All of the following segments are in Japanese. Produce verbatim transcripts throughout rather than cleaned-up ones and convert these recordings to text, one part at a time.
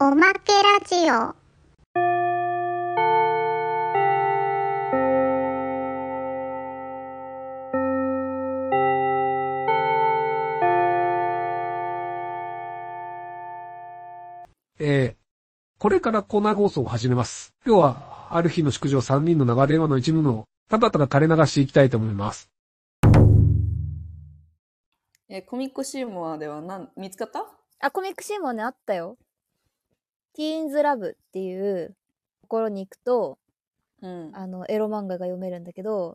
おまけラジオ。 えー、これからコーナー放送を始めます。今日は、ある日の祝状さんにんの長電話の一部のただただ垂れ流していきたいと思います。 えーコミックシーモアではなん見つかった？ あ、コミックシーモアね、あったよ。ティーンズラブっていうところに行くと、 うん。 あの、エロ漫画が読めるんだけど、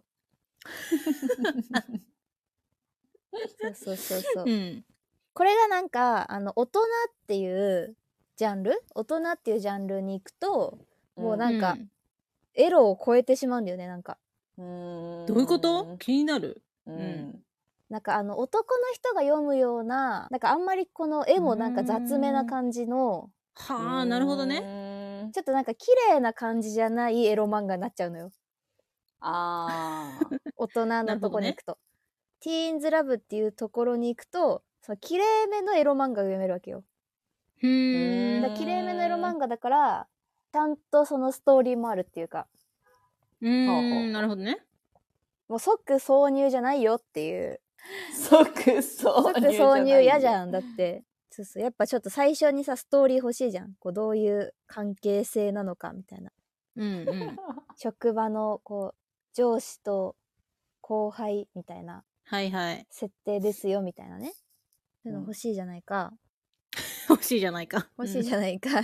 そうそうそうそう。 うん。 これがなんか、あの、大人っていうジャンル大人っていうジャンルに行くと、もうなんか、 うんエロを超えてしまうんだよね、なんか。 うーんどういうこと気になる。 うんうんなんかあの、男の人が読むような、なんかあんまりこの絵もなんか雑めな感じの、 はあ、なるほどね。 ね。 ちょっとなんか綺麗な感じじゃないエロ漫画になっちゃうのよ。 ああ。 大人のとこに行くと。ティーンズラブっていうところに行くと、その綺麗めのエロ漫画が読めるわけよ。 うーん。 だから綺麗めのエロ漫画だから、ちゃんとそのストーリーもあるっていうか、 うーん、なるほどね。 もう即挿入じゃないよっていう。 即挿即入じゃない挿入嫌じゃん。だって。そうそう。やっぱちょっと最初にさ、ストーリー欲しいじゃん。こう、どういう関係性なのかみたいな。 うんうん。 職場の、こう、上司と後輩みたいなはいはい。 設定ですよみたいなね。そういうの欲しいじゃないか。 欲しいじゃないか。 欲しいじゃないか。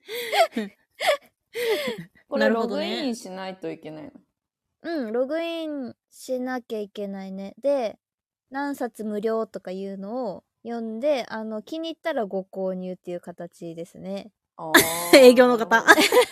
これログなるほどねインしないといけないの。 うん、ログインしなきゃいけないね。で、何冊無料とかいうのを読んで、あの、気に入ったらご購入っていう形ですね。 あー営業の方。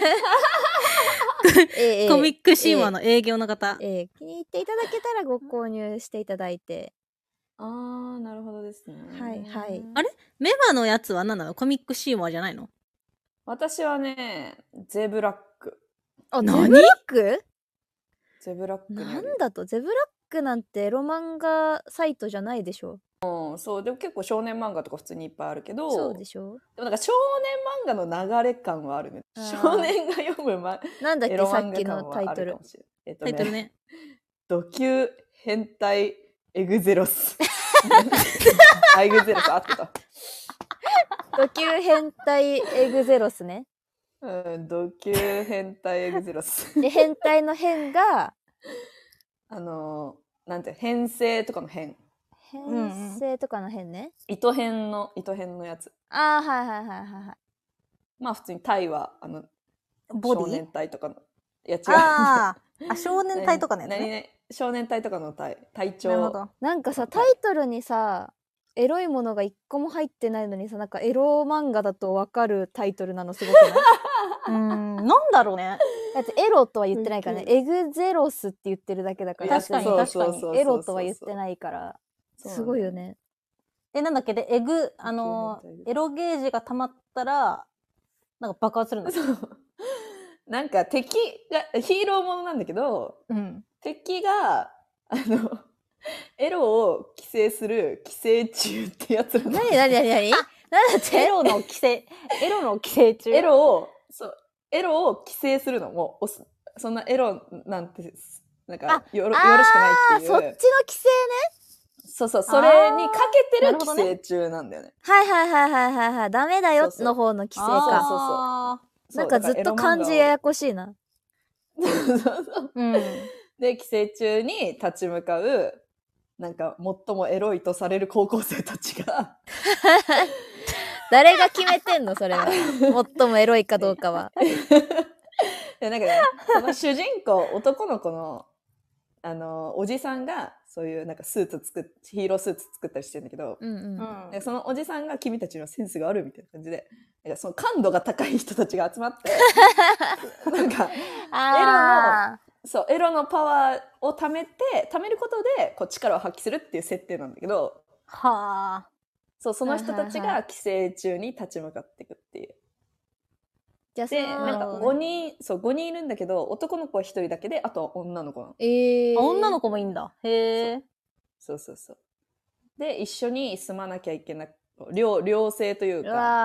ええコミックシーモアの営業の方。 ええ気に入っていただけたらご購入していただいて。 あー、なるほどですね。 はいはいあれメマのやつは何なの？コミックシーモアじゃないの？ 私はね、ゼブラック。 あ、 何ゼブラックゼブラックにある。 なんだとゼブラックなんてエロ漫画サイトじゃないでしょ。 うん、そう。でも結構少年漫画とか普通にいっぱいあるけど、 そうでしょ。 でもなんか少年漫画の流れ感はあるね。 あー少年が読む、ま、 なんだっエロけさっき漫画感のタイトルはあるか。もしれない。えっとタイトルね。 ド級変態エグゼロス。あ、エグゼロス合ってた。 ド級変態エグゼロスね。 うん、ド級変態エグゼロス。 で、変態の変が、 あのー、なんていうの変性とかの変。 変性とかの変ね。 糸変の、糸変のやつ。 ああ、はいはいはいはいはい。 まあ普通にタイは、あの、 ボディ少年隊とかの、いや違う。 あーあ、少年隊とかのやつね。 何々少年隊とかの隊、隊長。 なるほど。 なんかさ、 はいタイトルにさ、エロいものが一個も入ってないのにさ、なんかエロ漫画だとわかるタイトルなのすごくない？ うーん、なんだろうね。 だってエロとは言ってないからね。 ウエグゼロスって言ってるだけだから。 確かにそう確かにそうそうそうエロとは言ってないから。 そうすごいよね。 で、なんだっけで、エグ、あのー、エロゲージが溜まったら、なんか爆発するんだっけ。 そう。なんか敵が、ヒーローものなんだけど、 うん。 敵が、あの、エロを規制する寄生虫ってやつなの。 なになになになになんだってエロの規制、エロの規制中。 エロを、そう、エロを規制するのも、おすそんなエロなんて、なんかよろ、よろしくないっていう。 あーそっちの規制ね。 そうそう、それにかけてる寄なるほどね生虫なんだよね。 はいはいはいはいはいはい。ダメだよそうそうの方の規制そうか。 あそうなんかずっと漢字ややこしいな。 そうそうそう。 ーうん。 で、寄生虫に立ち向かう、なんか最もエロいとされる高校生たちが、 誰が決めてんのそれは。最もエロいかどうかは。 でなんかね、その主人公、男の子の、あの、おじさんが、そういうなんかスーツ作っ、ヒーロースーツ作ったりしてるんだけど、 うんうん。 うんでそのおじさんが君たちのセンスがあるみたいな感じで、なんかその感度が高い人たちが集まって、なんか、 あそう、エロのパワーを貯めて、貯めることで、こう力を発揮するっていう設定なんだけど、 はあ。 そう、その人たちはいはいはが寄生虫に立ち向かっていくっていう。 じゃあで、 そのなんかなるほごにん、そう、ごにんいるんだけど、男の子はひとりだけで、あとは女の子なの。 えー、 あ女の子もいいんだ。へえ。 そうそうそう。で、一緒に住まなきゃいけない、両、両性というか、 うわー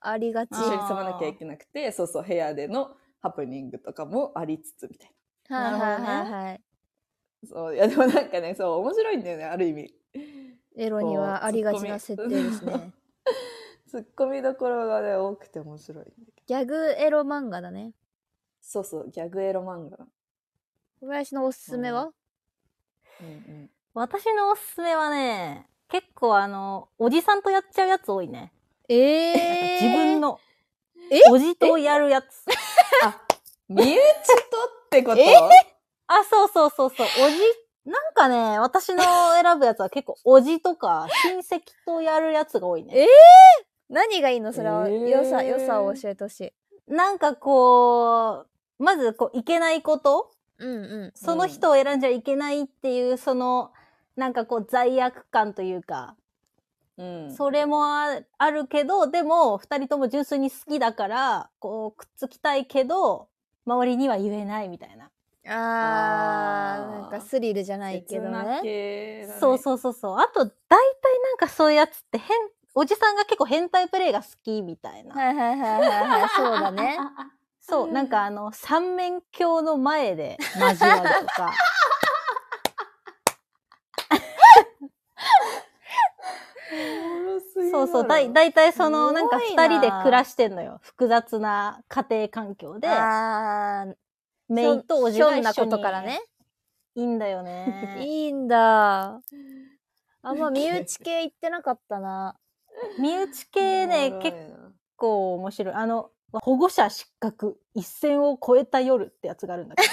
ありがち。 一緒に住まなきゃいけなくて、そうそう、部屋でのハプニングとかもありつつみたいはいはいはいなるはい。 な。そう、いやでもなんかね、そう、面白いんだよね、ある意味。 エロにはありがちな設定ですね。 ツッコミどころがね、多くて面白いんだけど。 ギャグエロ漫画だね。 そうそう、ギャグエロ漫画。 小林のおすすめは、 うんうん。 私のおすすめはね、結構あの、おじさんとやっちゃうやつ多いね。 えー、 自分の、 えおじとやるやつ。 あ、身内とってこと？ えあ、そうそうそうそう。おじ、なんかね、私の選ぶやつは結構おじとか親戚とやるやつが多いね。 え何がいいのそれは、 えー良さ、良さを教えてほしい。 なんかこう、まずこう、いけないことうんうん。 その人を選んじゃいけないっていう、その、なんかこう、罪悪感というか、 うん。 それもああるけど、でも、二人とも純粋に好きだから、こう、くっつきたいけど、周りには言えないみたいな。 あー、 あーなんかスリルじゃないけど切なね。 系だね。 そうそうそうそう。あと、大体なんかそういうやつって変、おじさんが結構変態プレイが好きみたいな。 はいはいはいはいはい、そうだね。 そう、なんかあの、三面鏡の前で交わるとか。そうそう、だい、だいたいその、 すごいななんか二人で暮らしてんのよ。複雑な家庭環境で、 あー、 メイとおじひょんなが一緒に。 ことからね。 いいんだよね。 いいんだ。あんま身内系言ってなかったな。 身内系ね、結構面白い。あの、保護者失格、一線を越えた夜ってやつがあるんだけど。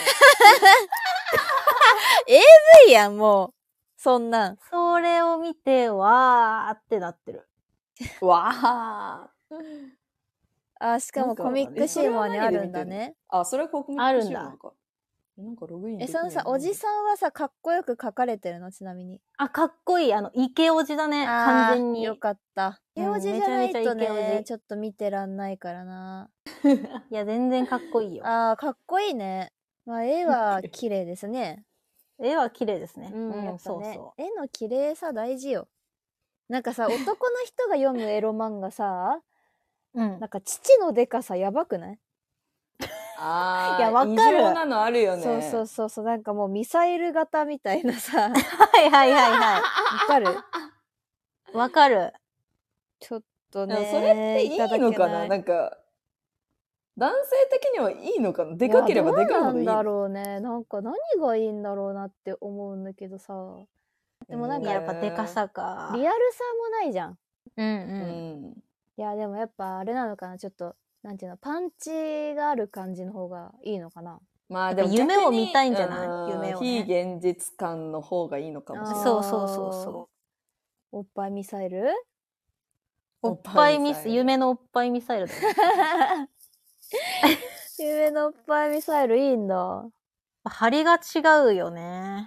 エーブイ やん、もう。そんなん。 それを見て、わーってなってる。 わあ。 あ、しかもコミックシーモアにあるんだね。 あ、それはコミックシーモアか。なんかログインでえ、 きないそのさ、おじさんはさ、かっこよく描かれてるのちなみに。 あ、かっこいい。あの、イケオジだね。 あー完全に。 よかった。イケうんオジじゃないとめちゃめちゃイケオね、 ジちょっと見てらんないからな。 いや、全然かっこいいよ。 あー、かっこいいね。まあ、絵は綺麗ですね。 絵は綺麗ですね。 うん、やっぱそうねそ。 絵の綺麗さ大事よ。なんかさ、男の人が読むエロ漫画さ、 う。うんなん。か父のデカさやばくない？ ああ、 いやわかる異常なのあるよね。 そうそうそうそう、なんかもうミサイル型みたいなさ、わはいはいはいはかる？ い。わかる。 ちょっとでもね、 それっていいのかな、 いなんか、男性的にはいいのかな、でかければでかいほどいいの。 やどうなんだろうね。なんか何がいいんだろうなって思うんだけどさ。でもなんかやっぱでかさか。 リアルさもないじゃん。 うんううん。 ん。 いや、でもやっぱあれなのかな、ちょっと、なんていうの、パンチがある感じの方がいいのかな。 まあでもやっぱ夢を見たいんじゃ逆にない？ うん夢をね非現実感の方がいいのかもしれない。 そうそうそうそおっぱいミサイルう。おっぱいミス、夢のおっぱいミサイルだね。 夢のおっぱいミサイルいいんだ。 張りが違うよね。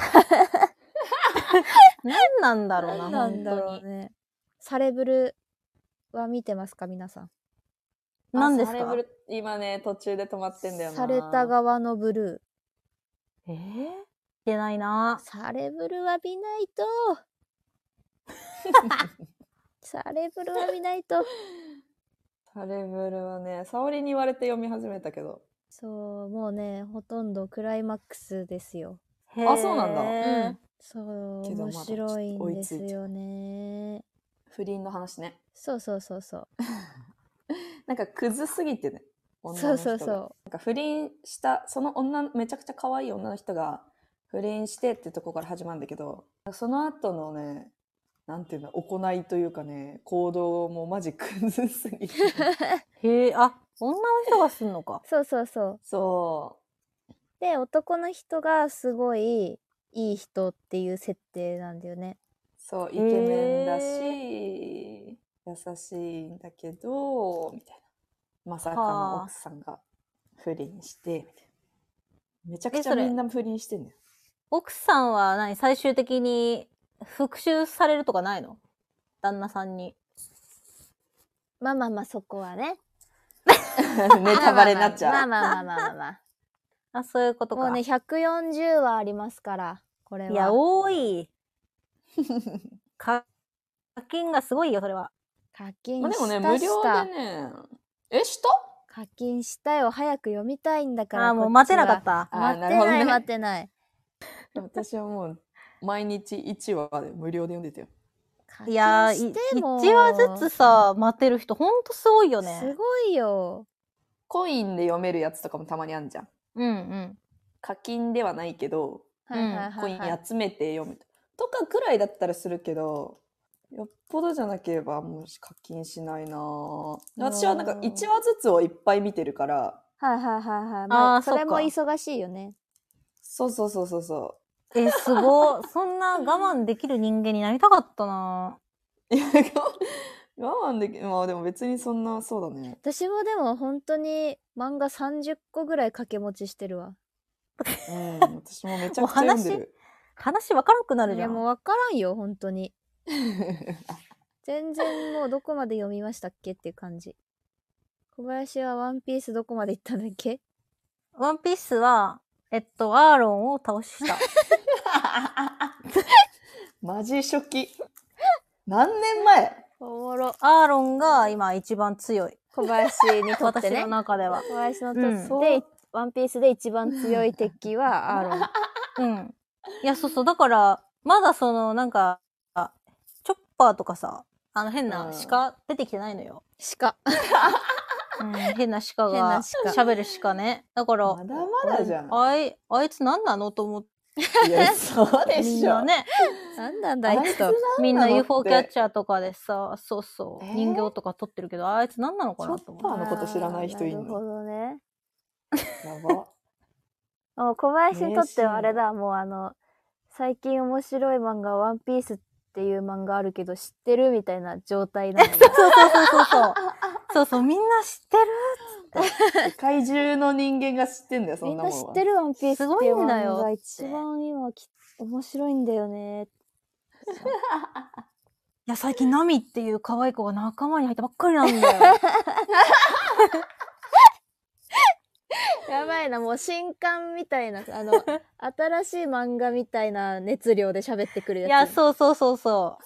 何なんだろうな、 なんだろ本うね。サレブルは見てますか皆さん。 当に。何ですか？ あサレブル今ね、途中で止まってんだよな。 された側のブルえー、出ないなー。。サレブルは見ないと。サレブルは見ないと。 サレブルはね、沙織に言われて読み始めたけど。 そう、もうね、ほとんどクライマックスですよ。 あそうなんだへーうん。そう、面けどまだ白いんでちょっと追いついてすよね。 不倫の話ね。 そうそうそうそう。 なんかクズすぎてね。 そうそうう。 そなんか不倫した、その女、めちゃくちゃ可愛い女の人が不倫してってとこから始まるんだけど、その後のね、なんていうの、行いというかね、行動もマジクズすぎて。 へえ、あ、女の人がすんのかう。。そうそうそう。 そで、男の人がすごいいい人っていう設定なんだよね。 う、そう、イケメンだし、優しいんだけど、みたいな。まさかの奥さんが不倫して、みたいな。めちゃくちゃみんな不倫してんだよ。 奥さんは何最終的に復讐されるとかないの？旦那さんに。 まあまあまあ、そこはね。 ネタバレになっちゃう。 まあまあまあまあまあまあ。 あ、そういうことか。 もうね、ひゃくよんじゅうわありますから、これは。 いや、多い。課金がすごいよ、それは。 課金まあ、でもね、 した無料した。 でね、え、した課金したよ。早く読みたいんだから。 あー、もうこっち待てなかはった。 あー待ってない、 なるほどね待ってない。 私はもう、毎日いちわで無料で読んでたよ。 課いやー、い金しても。 一話ずつさ、待ってる人ほんとすごいよね。 すごいよ。 コインで読めるやつとかもたまにあんじゃん。 うんうん。 課金ではないけど、 はいはいはい、 コインはい。 集めて読むとかくらいだったらするけど、よっぽどじゃなければもう課金しないなぁ。私はなんかいちわずつをいっぱい見てるから、 はいはいはいはい。まあ、 あーそれもそっか忙しいよね。 そうそうそうそうそえ、すごい。そんな我慢できる人間になりたかったな。 う。いや、我慢でき、まあでも別にそんな、そうだね。 私もでも本当に漫画さんじゅっこぐらい掛け持ちしてるわ。 うん、私もめちゃくちゃ読んでる。 話わからんくなるじゃ。 いやもうんわからんよ、本当に。全然もうどこまで読みましたっけっていう感じ。小林はワンピースどこまで行ったんだっけ？ ワンピースは、えっと、アーロンを倒した。 マジ初期。何年前？ おもろ。 アーロンが今一番強い。 小林にとってね私の。中では。 小林のとうんって、ワンピースで一番強い敵はアーロン。 うん。いや、そうそう。だから、まだその、なんか、あチョッパーとかさ、あの変な鹿出てきてないのよ。 鹿。 うん、変な鹿変なが鹿喋る鹿ね。だから、 まだまだじゃん。 あい、あいつ何なのと思って、 いや、そうでみしょ。 んなね、 なんなんだあいつと。 あいつみんな ユーフォー キャッチチャーとかでさ、そうそう、 えー人形とか撮ってるけど、あいつ何なのかなとチョッ思パーのこと知らない人いんのあーなるほどね。 やば。 もう小林にとってはあれ名だ、もうあの、最近面白い漫画、ワンピースっていう漫画あるけど知ってるみたいな状態なのよ。 そうそうそうそうそう。そうそう、みんな知ってる。 世界中の人間が知ってんだよ、そみんんなもんは。 な知ってるワンピースっていうすごいんだよ漫画って一番今き面白いんだよね。 いや、最近ナミっていう可愛い子が仲間に入ったばっかりなんだよ。 やばいな、もう新刊みたいな、あの、新しい漫画みたいな熱量で喋ってくるやつ。 いや、そうそうそうそ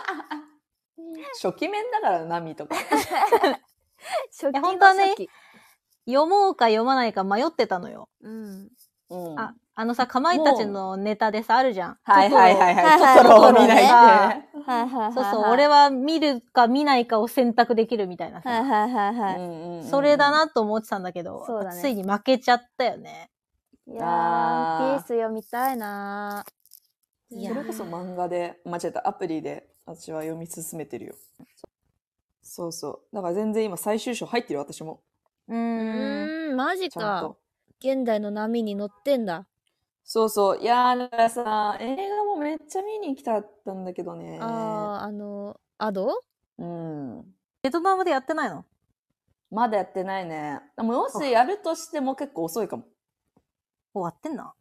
初期面だから、ナミとか。 初期のいや本当はね初期う。読もうか読まないか迷ってたのよ。 うん。 うん。 あ、あのさ、かまいたちのネタでさ、あるじゃん。 はいはいはいはいはい。 はいトトロを見ないはいで。 はいはいはい。 そうそう、 はい俺は見るか見ないかを選択できるみたいなさ。 はいはいはいはい。 うんうんうんそれだ。なと思ってたんだけど、 そうだねついに負けちゃったよね。 いやー、 あーワンピース読みたいなー。 いやそれこそ漫画で、間違えた、アプリで私は読み進めてるよ。そうそう。だから全然今最終章入ってる私も。 ううーん。 ーん、マジかちゃんと。。 現代の波に乗ってんだ。 そうそう。いやー、だからさ、映画もめっちゃ見に行きたかったんだけどね。 あー、あの、アドうん。 ベトナムでやってないの？ まだやってないね。でももしやるとしても結構遅いかも。 終わってんな。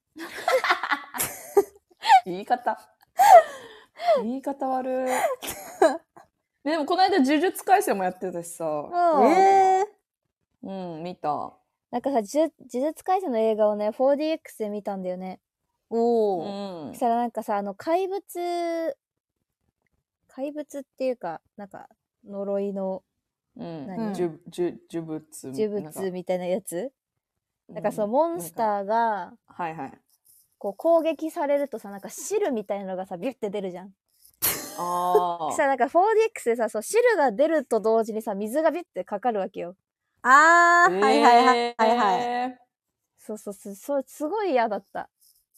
言い方。言い方悪い。でもこの間呪術廻戦もやってたしさ。 うんえうん、見た。 なんかさ、呪呪術廻戦の映画をね、フォーディーエックス で見たんだよね。 ー、おうー。 んそし。たらなんかさ、あの、怪物、怪物っていうか、なんか、呪いのうん。 何呪呪呪物。 呪なんか物みたいなやつなんかそのうんモンスターが、 はいはい。 こう攻撃されるとさ、なんか汁みたいなのがさ、ビュッて出るじゃん。 あそしたらなんか フォーディーエックス でさ、そう汁が出ると同時にさ、水がビュッてかかるわけよ。 ああ。 ー、はいはいはいはいはい。 い。 そうそうそう、そうすごい嫌だった。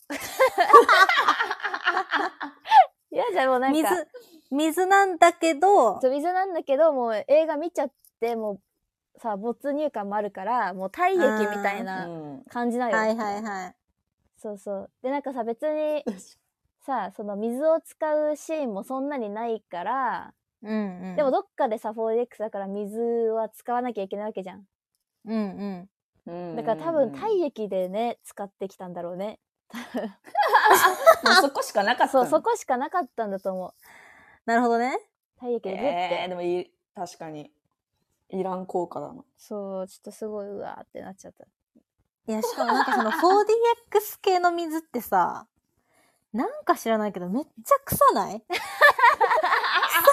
嫌じゃん、もうなん水か、、 水なんだけど、 そう水なんだけど、もう映画見ちゃって、もうさ、没入感もあるから、もう体液みたいうなん感じなのよ。 はいはいはい。 そうそう。で、なんかさ、別にさ、その水を使うシーンもそんなにないから、 うんうん。 でもどっかでさ、フォーディーエックス だから水は使わなきゃいけないわけじゃん。 うんうん。 うんだから多分体液。 液でね、使ってきたんだろうね。 もうそこしかなかったそう、 の。 そこしかなかったんだと思う。 なるほどね。 体液でブッて。 えー、でもいい、確かに。いらん効果だな。 そう、ちょっとすごいうわーってなっちゃった。 いや、しかもなんかその フォーディーエックス 系の水ってさ、なんか知らないけどめっちゃ臭ない？臭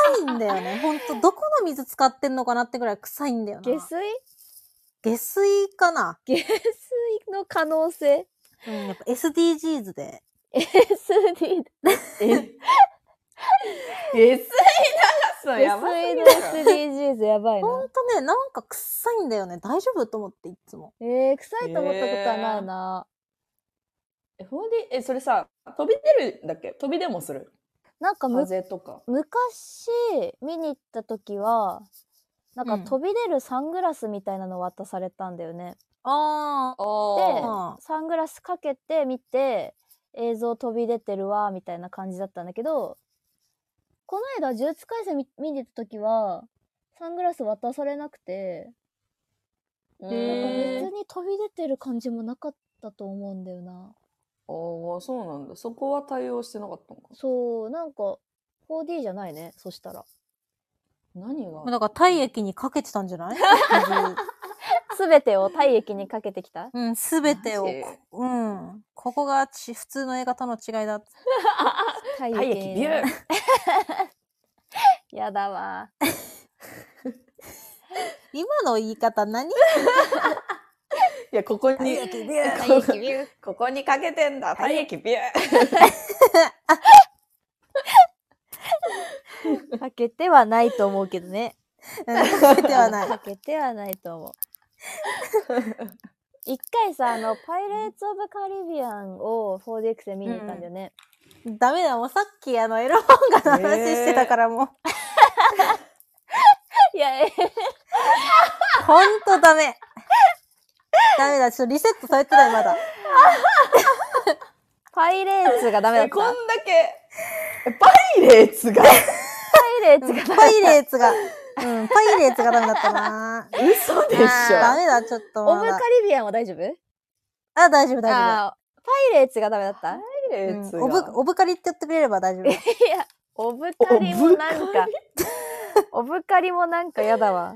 いんだよね。ほんと、どこの水使ってんのかなってぐらい臭いんだよな。 下水下水かな。 下水の可能性うん、やっぱ エスディージーズ で。 エスディーえ下水流すのやばすぎ下水のるエスディージーズ やばいな。 ほんとね、なんか臭いんだよね。大丈夫と思っていつも。 えー、臭いと思ったことはないな。 え フォーディー え、それさ、飛び出るんだっけ？飛び出もする？ なんかむ風とか。 昔見に行った時はなんか飛び出るサングラスみたいなの渡されたんだよね。 あであ。 サングラスかけて見て映像飛び出てるわみたいな感じだったんだけど、この間呪術廻戦見見に行った時はサングラス渡されなくて、なんかへ別に飛び出てる感じもなかったと思うんだよな。 ああ、そうなんだ。そこは対応してなかったのか。 そう、なんか フォーディー じゃないね、そしたら。 何が？ だから体液にかけてたんじゃない？ すべてを体液にかけてきた。 うん、すべてをマジ、 うん。ここがち普通の A 型の違いだ。 体体液ビューやだわ。 今の言い方何？ いや、ここに、 体液ビュー体液ビュー。 ここにかけてんだ。体液ビューかけてはないと思うけどね。 かけてはない。 かけてはないと思う。一回さ、あの、パイレーツ・オブ・カリビアンを フォーディーエックス で見に行ったんだよね。 ダメだ、もうさっきあのエロ漫画の話してたからもう。 いや、えほんとダメ。ダメだ、ちょっとリセットされてない、まだ。 パイレーツがダメだった。 こんだけ、えパイレーツがパイレーツがダメだった。 パイレーツが、うん、パイレーツがダメだったな。 嘘でしょ。 ダメだ、ちょっとオブ・まだ。 カリビアンは大丈夫？ あ、大丈夫、大丈あー、パイレーツがダメだった？ パイレーツ夫。うん、 が。 オブ、オブカリって言ってくれれば大丈夫。 いや、オブカリもなんか、オブカリもなんかやだわ。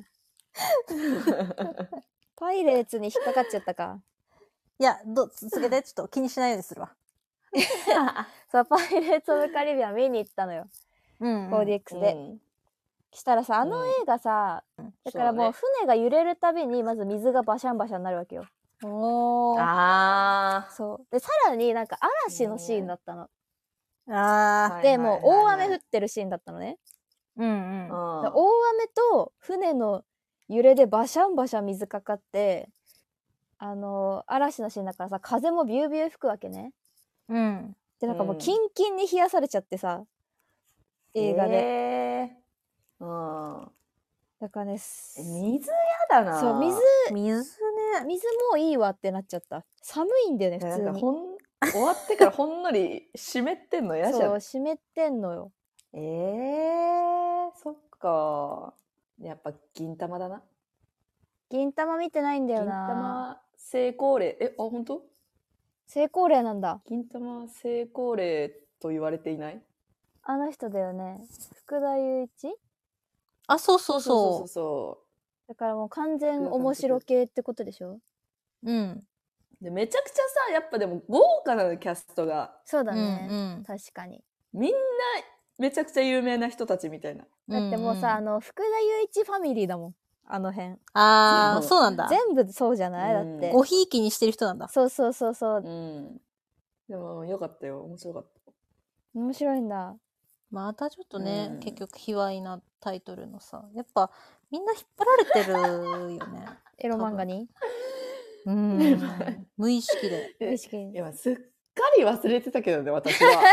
パイレーツに引っかかっちゃったか。 いや、ど、続けて、ちょっと気にしないようにするわ。 そう、パイレーツ・オブ・カリビアン見に行ったのよ。 うん、 フォーディーエックス で。 うんしたらさ、あの映画さ、だからもう船が揺れるたびにまず水がバシャンバシャンになるわけよ。 おー。 あそう。で、さらになんか嵐のシーンだったの。 あで、もう大雨降ってるシーンだったのね。 ー。うんうん。 だから大雨と船の揺れでバシャンバシャン水かかって、あのー嵐のシーンだからさ、風もビュービュー吹くわけね。 うん。 で、なんかもううんキンキンに冷やされちゃってさ、映画で。 で。うん。 だからね、 え水やだな。 そう、水、 水ね。 水もういいわってなっちゃった。寒いんだよね、普なん通に。 かほん終わってからほんのり湿ってんの嫌じゃそう、 ん。 湿ってんのよ。 えー、そっか。やっぱ銀玉だな。 銀玉見てないんだよ銀な。 玉成功例。え、あ、本当？ 成功例なんだ。 銀玉成功例と言われていない？ あの人だよね。福田雄一あ、そうそうそうそうそそう。 だからもう完全面白系ってことでしょ？ う。うん。 でめちゃくちゃさ、やっぱでも豪華なのキャストが。 そうだうんね。 うん。 確かに。 みんなめちゃくちゃ有名な人たちみたいな。 だってもうさ、 んんあの、福田雄一ファミリーだもん。あの辺。 あー、 そうそうなんだ。 全部そうじゃない？だうんって。 ごひいきにしてる人なんだ。 そうそうそうそうう。ん。でもよかったよ。面白かった。 面白いんだ。 またちょっとね、 うん結局卑猥なタイトルのさ、やっぱみんな引っ張られてるよね。 エロ漫画にうん。無意識で。 意識にいや、すっかり忘れてたけどね、私は。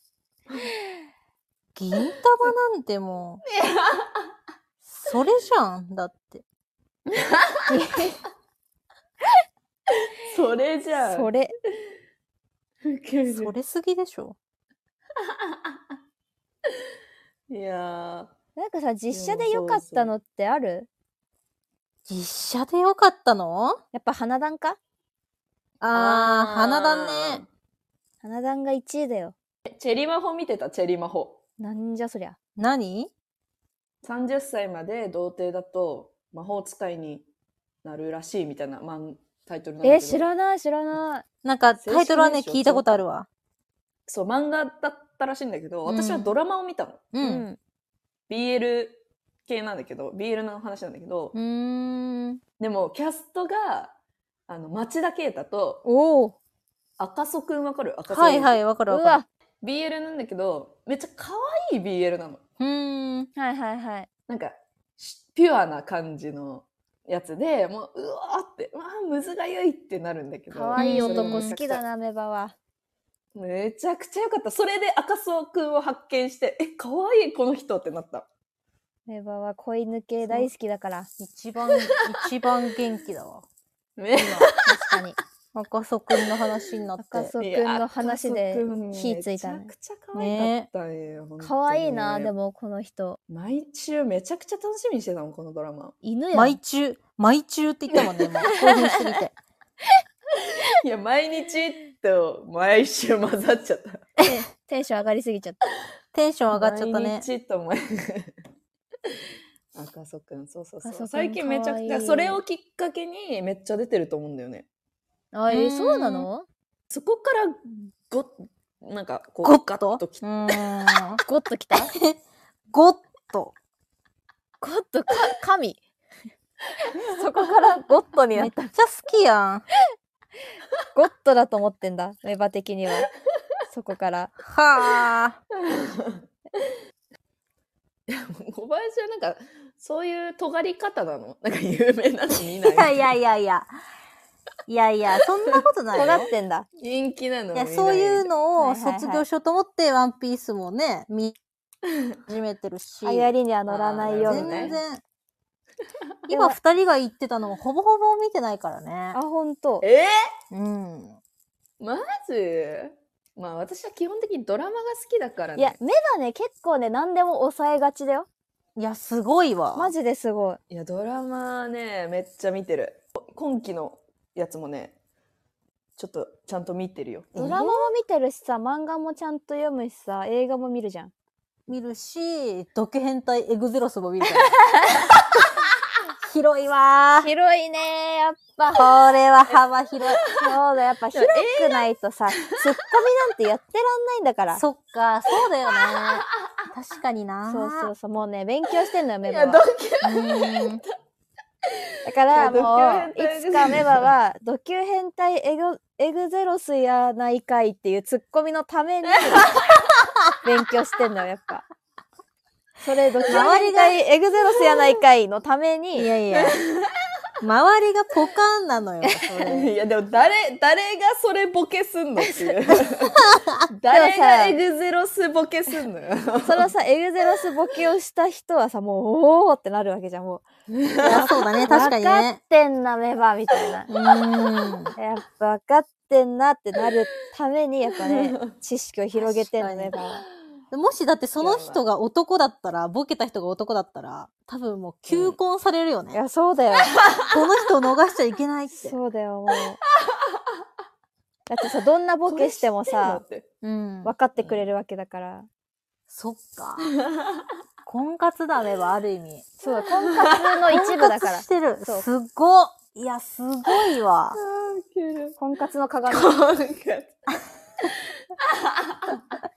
銀玉なんてもう、それじゃん。だって。 それじゃん。 それ。 ウケるそれすぎでしょ。 いやー。 なんかさ、実写で良かったのってある？ 実写でよかったの？ やっぱ花壇か？ あー、花壇ね。 花壇がいちいだよ。 チェリマホ見てた、チェリマホ。 なんじゃそりゃ。 何？ さんじゅっさいまで童貞だと魔法使いになるらしいみたいなマンタイトルなんだけえ、 ど。 知らない知らない。 なんかタイトルはね、 正式名称聞いたことあるわ。 そう、漫画だったらしいんだけど、私はドラマを見たの。 う。 うんん。 ビーエル 系なんだけど、ビーエル の話なんだけど、 うーん。 でもキャストが、あの、町田啓太とおお。 赤楚くんわかる？赤楚はいはい、わかるわかうわ。 ビーエル なんだけど、めっちゃ可愛い ビーエル なの。 る。うーん。 はいはいはい。 なんか、ピュアな感じのやつで、もう、うわーって、うわー、むずがゆいってなるんだけど。 可愛い男うん好きだな、メバは。 めちゃくちゃ良かった。それで赤楚くんを発見して、え、可愛いこの人ってなった。 メバは子犬系大好きだから。 一番、一番元気だわ。 ね。 確かに。 赤楚くんの話になって。 赤楚くんの話で火ついたねめちゃく。ちゃ可愛かったんよ。本当に可愛いな、で。もこの人。 毎週めちゃくちゃ楽しみにしてたもん、このドラマ。 犬やん。 毎中、毎中って言ったもんね、もう。興奮しすぎて。 いや、毎日と毎週混ざっちゃった。 テンション上がりすぎちゃった。 テンション上がっちゃったね毎。日と毎赤楚くん、そうそうそう。 赤楚くん最近めちゃくちゃ、 可愛いそれをきっかけにめっちゃ出てると思うんだよね。 あ、えー、そうなの？ そこからご、なんかこう、 ゴッガとッときうーん。 ゴッときた？ ゴッと。 ゴッとか、神。そこからゴットになった。 めっちゃ好きやん。 ゴットだと思ってんだ、メバ的には。そこから。 はあ。 小林はなんか、そういう尖り方なの？なんか有名なの見ないいやいやいやいや。いやいや、そんなことないよ。 尖ってんだ。 人気なのいや、 見ないそういうのをはいはいはい卒業しようと思って、ワンピースもね、見始めてるし。 流行りには乗らないよあーみたいな。 全然。今二人が言ってたのもほぼほぼ見てないからねあ、。ほんと。 えうん。 ー、マジ？まあ私は基本的にドラマが好きだからね。 いや、メバね、結構ね、何でも抑えがちだよ。 いや、すごいわ。 マジですごい。 いや、ドラマね、めっちゃ見てる。今期のやつもね、ちょっとちゃんと見てるよ。 ドラマも見てるしさ、漫画もちゃんと読むしさ、映画も見るじゃん。 見るし、ドキュ変態エグゼロスも見るから。広いわー。 広いねー、やっぱ。 これは幅広い。 そうだ、やっぱ広くないとさ、ツッコミなんてやってらんないんだから。 そっか、そうだよね。確かにな。 そうそうそう、もうね、勉強してんのよ、メいや、 バは。 ドキュうーん。 だから、 いやもう、 ドキュ変態いつかメバは、ドキュ変態エグ、エグゼロスやないかいっていうツッコミのために、勉強してんのよ、やっぱ。それ、ドキュ変態エグゼロスやないかいのためいに、 やいや。周りがポカンなのよ、それ。 いや、でも誰、誰がそれボケすんのっていう。誰がエグゼロスボケすんのよ。 そのさ、エグゼロスボケをした人はさ、もう、おーってなるわけじゃん、もう。 いや、そうだね、確かに分かっね。 てんな、メバ、みたいな。 うーん。 やっぱ分かってんなってなるために、やっぱね、知識を広げてんの、 確かにメバは。 もしだってその人が男だったら、ボケた人が男だったら、多分もう求婚されるよね。 いや、そうだよ。 この人を逃しちゃいけないって。 そうだよ、もう。だってさ、どんなボケしてもさ、 これ知ってうん。 分かってくれるわけだから。 そっか。婚活だねはある意味。 そうだ、婚活の一部だから婚活し。てる。 そうすごっ。いや、すごいわ。 んの。ウケる。 婚活の鏡。 婚活